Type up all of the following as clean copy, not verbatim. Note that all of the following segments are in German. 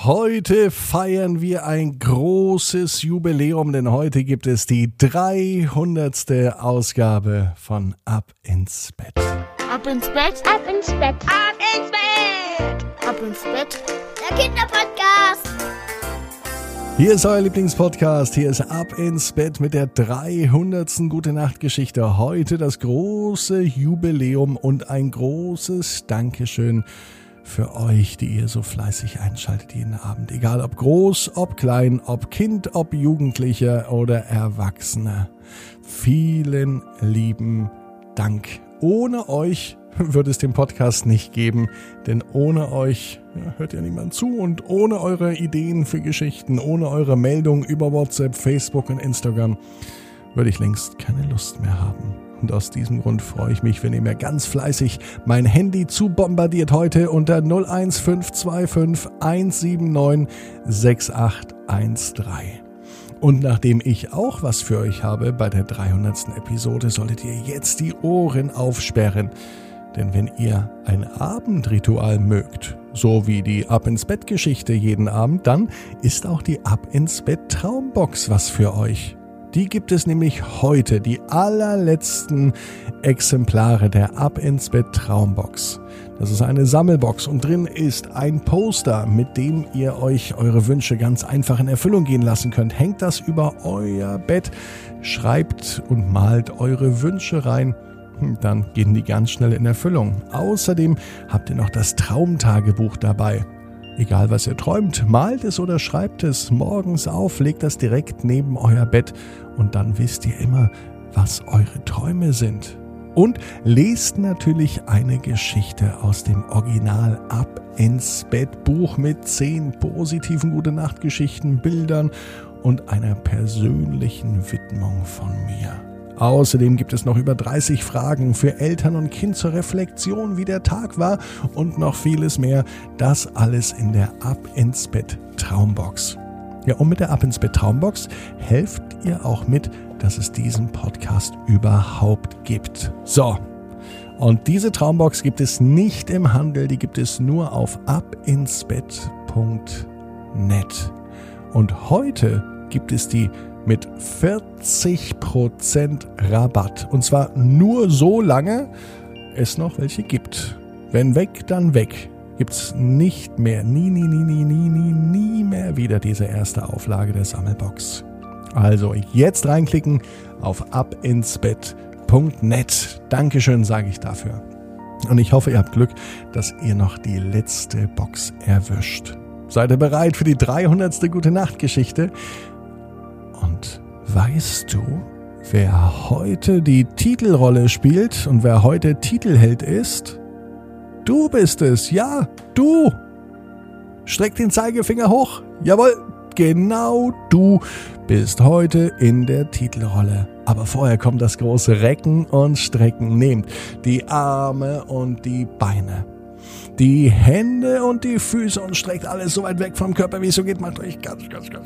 Heute feiern wir ein großes Jubiläum, denn heute gibt es die 300. Ausgabe von Ab ins Bett. Ab ins Bett, ab ins Bett, ab ins Bett, ab ins Bett, der Kinderpodcast. Hier ist euer Lieblingspodcast, hier ist Ab ins Bett mit der 300. Gute-Nacht-Geschichte. Heute das große Jubiläum und ein großes Dankeschön für euch, die ihr so fleißig einschaltet jeden Abend. Egal ob groß, ob klein, ob Kind, ob Jugendlicher oder Erwachsener. Vielen lieben Dank. Ohne euch würde es den Podcast nicht geben, denn ohne euch hört ja niemand zu und ohne eure Ideen für Geschichten, ohne eure Meldungen über WhatsApp, Facebook und Instagram würde ich längst keine Lust mehr haben. Und aus diesem Grund freue ich mich, wenn ihr mir ganz fleißig mein Handy zu bombardiert heute unter 01525 179 6813. Und nachdem ich auch was für euch habe bei der 300. Episode, solltet ihr jetzt die Ohren aufsperren. Denn wenn ihr ein Abendritual mögt, so wie die Ab-ins-Bett-Geschichte jeden Abend, dann ist auch die Ab-ins-Bett-Traumbox was für euch. Die gibt es nämlich heute, die allerletzten Exemplare der Ab-ins-Bett-Traumbox. Das ist eine Sammelbox und drin ist ein Poster, mit dem ihr euch eure Wünsche ganz einfach in Erfüllung gehen lassen könnt. Hängt das über euer Bett, schreibt und malt eure Wünsche rein. Dann gehen die ganz schnell in Erfüllung. Außerdem habt ihr noch das Traumtagebuch dabei. Egal was ihr träumt, malt es oder schreibt es morgens auf, legt das direkt neben euer Bett und dann wisst ihr immer, was eure Träume sind. Und lest natürlich eine Geschichte aus dem Original Ab ins Bett Buch mit 10 positiven Gute-Nacht-Geschichten, Bildern und einer persönlichen Widmung von mir. Außerdem gibt es noch über 30 Fragen für Eltern und Kind zur Reflexion, wie der Tag war und noch vieles mehr. Das alles in der Ab ins Bett Traumbox. Ja, und mit der Ab ins Bett Traumbox helft ihr auch mit, dass es diesen Podcast überhaupt gibt. So, und diese Traumbox gibt es nicht im Handel, die gibt es nur auf abinsbett.net. Und heute gibt es die mit 40% Rabatt. Und zwar nur so lange es noch welche gibt. Wenn weg, dann weg. Gibt's nicht mehr. Nie mehr wieder diese erste Auflage der Sammelbox. Also jetzt reinklicken auf abinsbett.net. Dankeschön, sage ich dafür. Und ich hoffe, ihr habt Glück, dass ihr noch die letzte Box erwischt. Seid ihr bereit für die 300. Gute-Nacht-Geschichte? Und weißt du, wer heute die Titelrolle spielt und wer heute Titelheld ist? Du bist es, ja, du! Streck den Zeigefinger hoch, jawohl, genau du bist heute in der Titelrolle. Aber vorher kommt das große Recken und Strecken. Nehmt die Arme und die Beine, die Hände und die Füße und streckt alles so weit weg vom Körper, wie es so geht. Macht euch ganz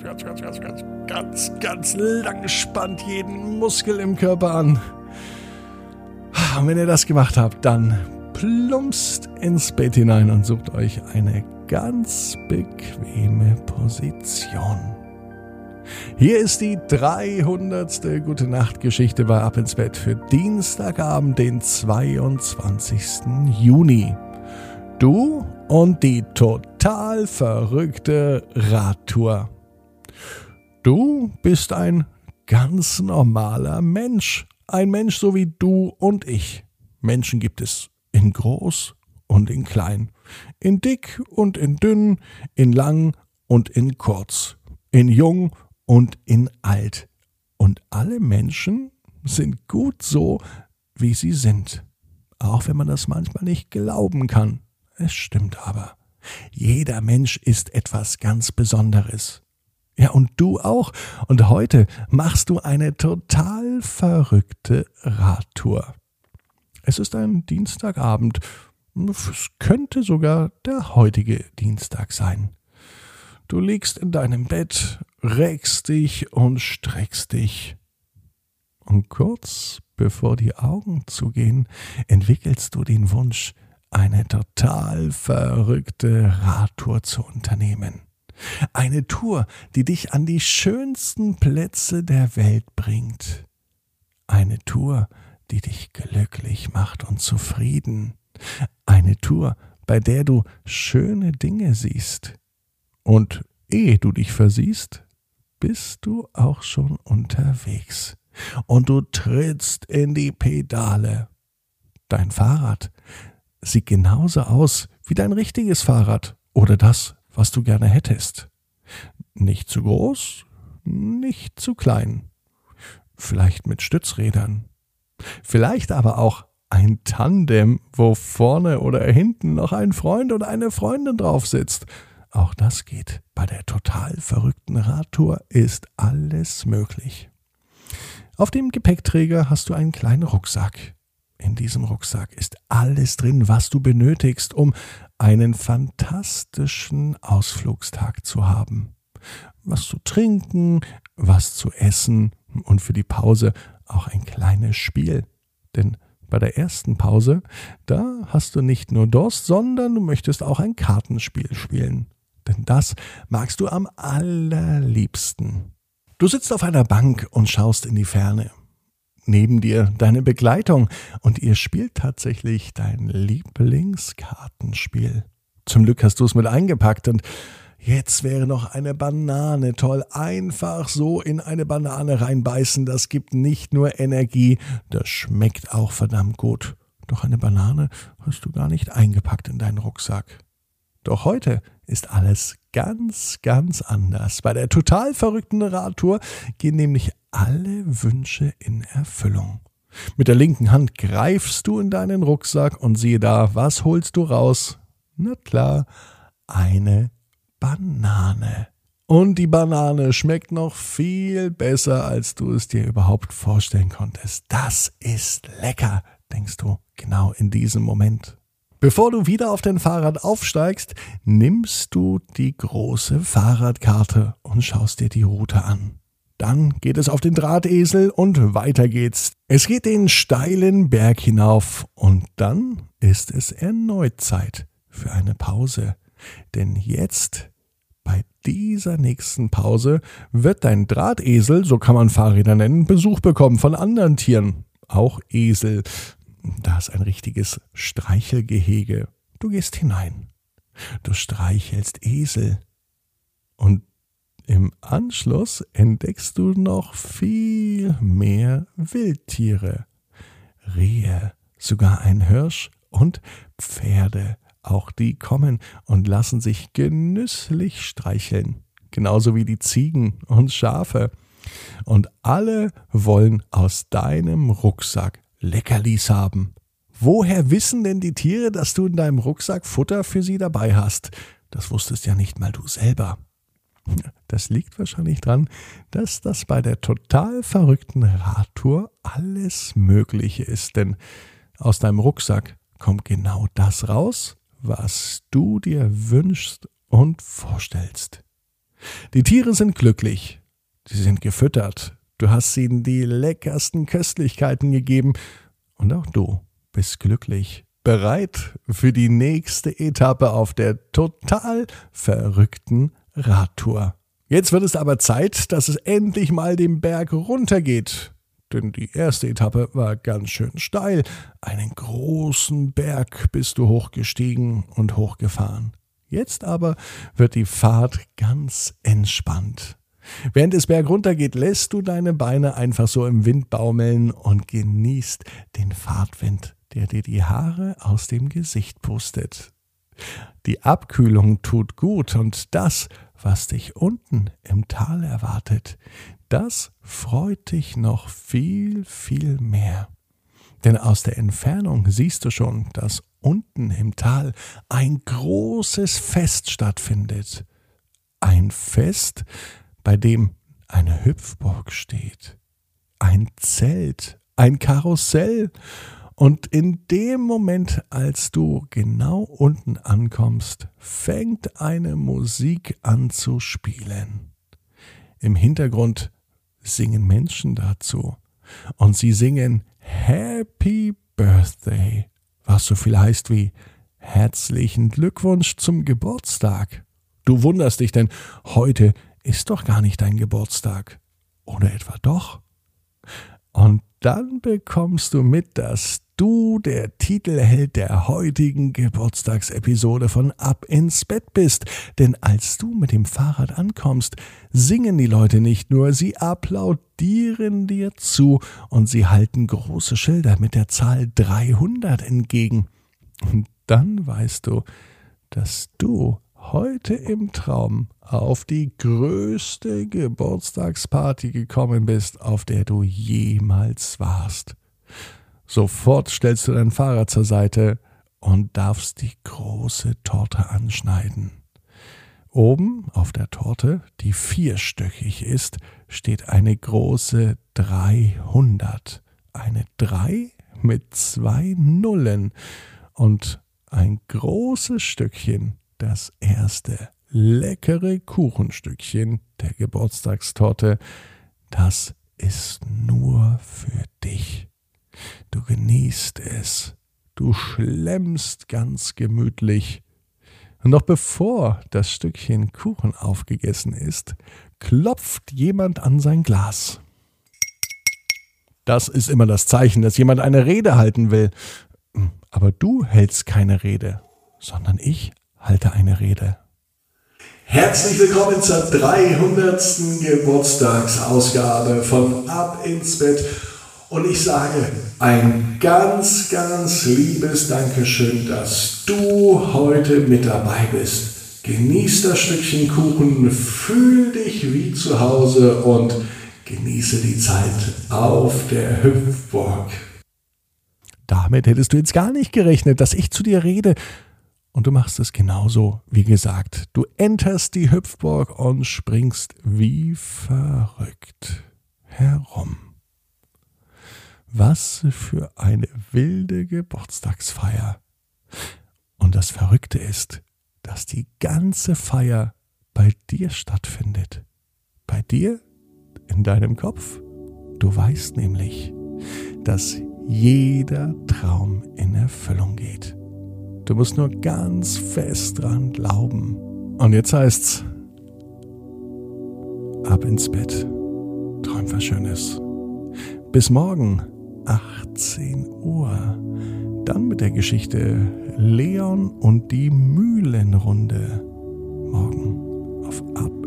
lang spannt jeden Muskel im Körper an. Und wenn ihr das gemacht habt, dann plumpst ins Bett hinein und sucht euch eine ganz bequeme Position. Hier ist die 300. Gute-Nacht-Geschichte bei Ab ins Bett für Dienstagabend, den 22. Juni. Du und die total verrückte Radtour. Du bist ein ganz normaler Mensch. Ein Mensch so wie du und ich. Menschen gibt es in groß und in klein. In dick und in dünn, in lang und in kurz. In jung und in alt. Und alle Menschen sind gut so, wie sie sind. Auch wenn man das manchmal nicht glauben kann. Es stimmt aber. Jeder Mensch ist etwas ganz Besonderes. Ja, und du auch. Und heute machst du eine total verrückte Radtour. Es ist ein Dienstagabend. Es könnte sogar der heutige Dienstag sein. Du liegst in deinem Bett, reckst dich und streckst dich. Und kurz bevor die Augen zugehen, entwickelst du den Wunsch, eine total verrückte Radtour zu unternehmen. Eine Tour, die dich an die schönsten Plätze der Welt bringt. Eine Tour, die dich glücklich macht und zufrieden. Eine Tour, bei der du schöne Dinge siehst. Und ehe du dich versiehst, bist du auch schon unterwegs. Und du trittst in die Pedale. Dein Fahrrad sieht genauso aus wie dein richtiges Fahrrad oder das, was du gerne hättest. Nicht zu groß, nicht zu klein. Vielleicht mit Stützrädern. Vielleicht aber auch ein Tandem, wo vorne oder hinten noch ein Freund oder eine Freundin drauf sitzt. Auch das geht. Bei der total verrückten Radtour ist alles möglich. Auf dem Gepäckträger hast du einen kleinen Rucksack. In diesem Rucksack ist alles drin, was du benötigst, um einen fantastischen Ausflugstag zu haben. Was zu trinken, was zu essen und für die Pause auch ein kleines Spiel. Denn bei der ersten Pause, da hast du nicht nur Durst, sondern du möchtest auch ein Kartenspiel spielen. Denn das magst du am allerliebsten. Du sitzt auf einer Bank und schaust in die Ferne. Neben dir deine Begleitung und ihr spielt tatsächlich dein Lieblingskartenspiel. Zum Glück hast du es mit eingepackt und jetzt wäre noch eine Banane toll. Einfach so in eine Banane reinbeißen, das gibt nicht nur Energie, das schmeckt auch verdammt gut. Doch eine Banane hast du gar nicht eingepackt in deinen Rucksack. Doch heute ist alles ganz, ganz anders. Bei der total verrückten Radtour gehen nämlich alle Wünsche in Erfüllung. Mit der linken Hand greifst du in deinen Rucksack und siehe da, was holst du raus? Na klar, eine Banane. Und die Banane schmeckt noch viel besser, als du es dir überhaupt vorstellen konntest. Das ist lecker, denkst du genau in diesem Moment. Bevor du wieder auf dein Fahrrad aufsteigst, nimmst du die große Fahrradkarte und schaust dir die Route an. Dann geht es auf den Drahtesel und weiter geht's. Es geht den steilen Berg hinauf und dann ist es erneut Zeit für eine Pause. Denn jetzt, bei dieser nächsten Pause, wird dein Drahtesel, so kann man Fahrräder nennen, Besuch bekommen von anderen Tieren. Auch Esel. Da ist ein richtiges Streichelgehege. Du gehst hinein. Du streichelst Esel. Und im Anschluss entdeckst du noch viel mehr Wildtiere. Rehe, sogar ein Hirsch und Pferde. Auch die kommen und lassen sich genüsslich streicheln. Genauso wie die Ziegen und Schafe. Und alle wollen aus deinem Rucksack Leckerlis haben. Woher wissen denn die Tiere, dass du in deinem Rucksack Futter für sie dabei hast? Das wusstest ja nicht mal du selber. Das liegt wahrscheinlich daran, dass das bei der total verrückten Radtour alles Mögliche ist. Denn aus deinem Rucksack kommt genau das raus, was du dir wünschst und vorstellst. Die Tiere sind glücklich. Sie sind gefüttert. Du hast ihnen die leckersten Köstlichkeiten gegeben und auch du bist glücklich, bereit für die nächste Etappe auf der total verrückten Radtour. Jetzt wird es aber Zeit, dass es endlich mal den Berg runtergeht. Denn die erste Etappe war ganz schön steil. Einen großen Berg bist du hochgestiegen und hochgefahren. Jetzt aber wird die Fahrt ganz entspannt. Während es bergunter geht, lässt du deine Beine einfach so im Wind baumeln und genießt den Fahrtwind, der dir die Haare aus dem Gesicht pustet. Die Abkühlung tut gut und das, was dich unten im Tal erwartet, das freut dich noch viel, viel mehr. Denn aus der Entfernung siehst du schon, dass unten im Tal ein großes Fest stattfindet. Ein Fest, bei dem eine Hüpfburg steht, ein Zelt, ein Karussell. Und in dem Moment, als du genau unten ankommst, fängt eine Musik an zu spielen. Im Hintergrund singen Menschen dazu. Und sie singen Happy Birthday, was so viel heißt wie herzlichen Glückwunsch zum Geburtstag. Du wunderst dich, denn heute ist doch gar nicht dein Geburtstag. Oder etwa doch? Und dann bekommst du mit, dass du der Titelheld der heutigen Geburtstagsepisode von Ab ins Bett bist. Denn als du mit dem Fahrrad ankommst, singen die Leute nicht nur, sie applaudieren dir zu und sie halten große Schilder mit der Zahl 300 entgegen. Und dann weißt du, dass du heute im Traum auf die größte Geburtstagsparty gekommen bist, auf der du jemals warst. Sofort stellst du dein Fahrrad zur Seite und darfst die große Torte anschneiden. Oben auf der Torte, die vierstöckig ist, steht eine große 300. Eine 3 mit 2 Nullen und ein großes Stückchen, das erste leckere Kuchenstückchen der Geburtstagstorte, das ist nur für dich. Du genießt es, du schlemmst ganz gemütlich. Und noch bevor das Stückchen Kuchen aufgegessen ist, klopft jemand an sein Glas. Das ist immer das Zeichen, dass jemand eine Rede halten will. Aber du hältst keine Rede, sondern ich halte eine Rede. Herzlich willkommen zur 300. Geburtstagsausgabe von Ab ins Bett. Und ich sage ein ganz, ganz liebes Dankeschön, dass du heute mit dabei bist. Genieß das Stückchen Kuchen, fühl dich wie zu Hause und genieße die Zeit auf der Hüpfburg. Damit hättest du jetzt gar nicht gerechnet, dass ich zu dir rede. Und du machst es genauso, wie gesagt. Du enterst die Hüpfburg und springst wie verrückt herum. Was für eine wilde Geburtstagsfeier. Und das Verrückte ist, dass die ganze Feier bei dir stattfindet. Bei dir, in deinem Kopf. Du weißt nämlich, dass jeder Traum in Erfüllung geht. Du musst nur ganz fest dran glauben. Und jetzt heißt's: Ab ins Bett. Träum was Schönes. Bis morgen, 18 Uhr. Dann mit der Geschichte Leon und die Mühlenrunde. Morgen auf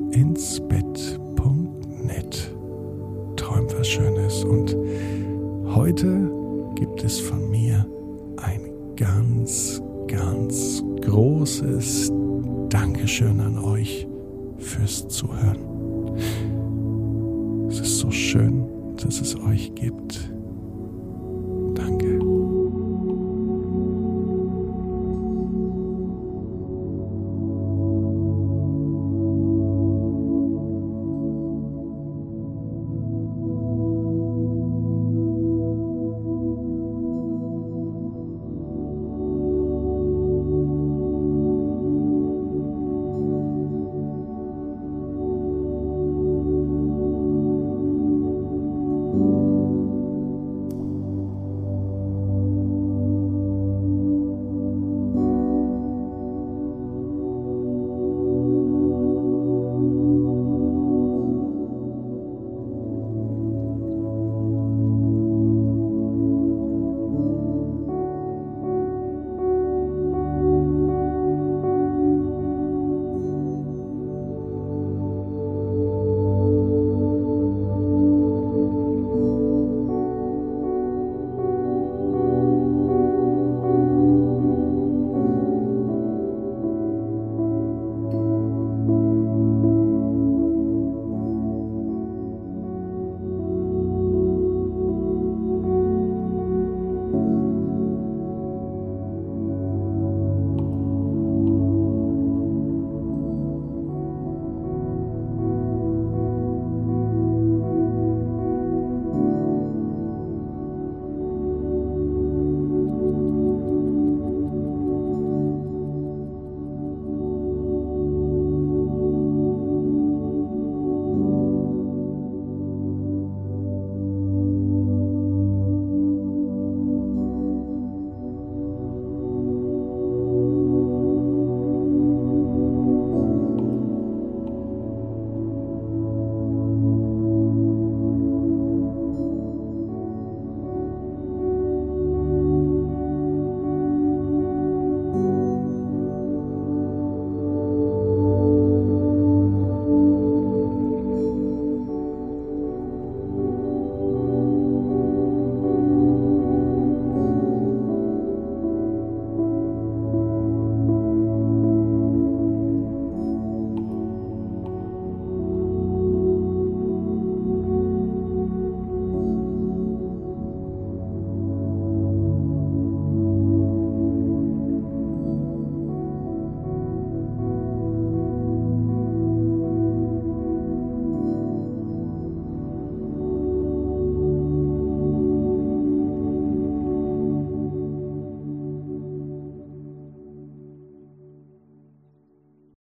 abinsbett.net. Träum was Schönes. Und heute gibt es von mir ein ganz, ganz großes Dankeschön an euch fürs Zuhören. Es ist so schön, dass es euch gibt.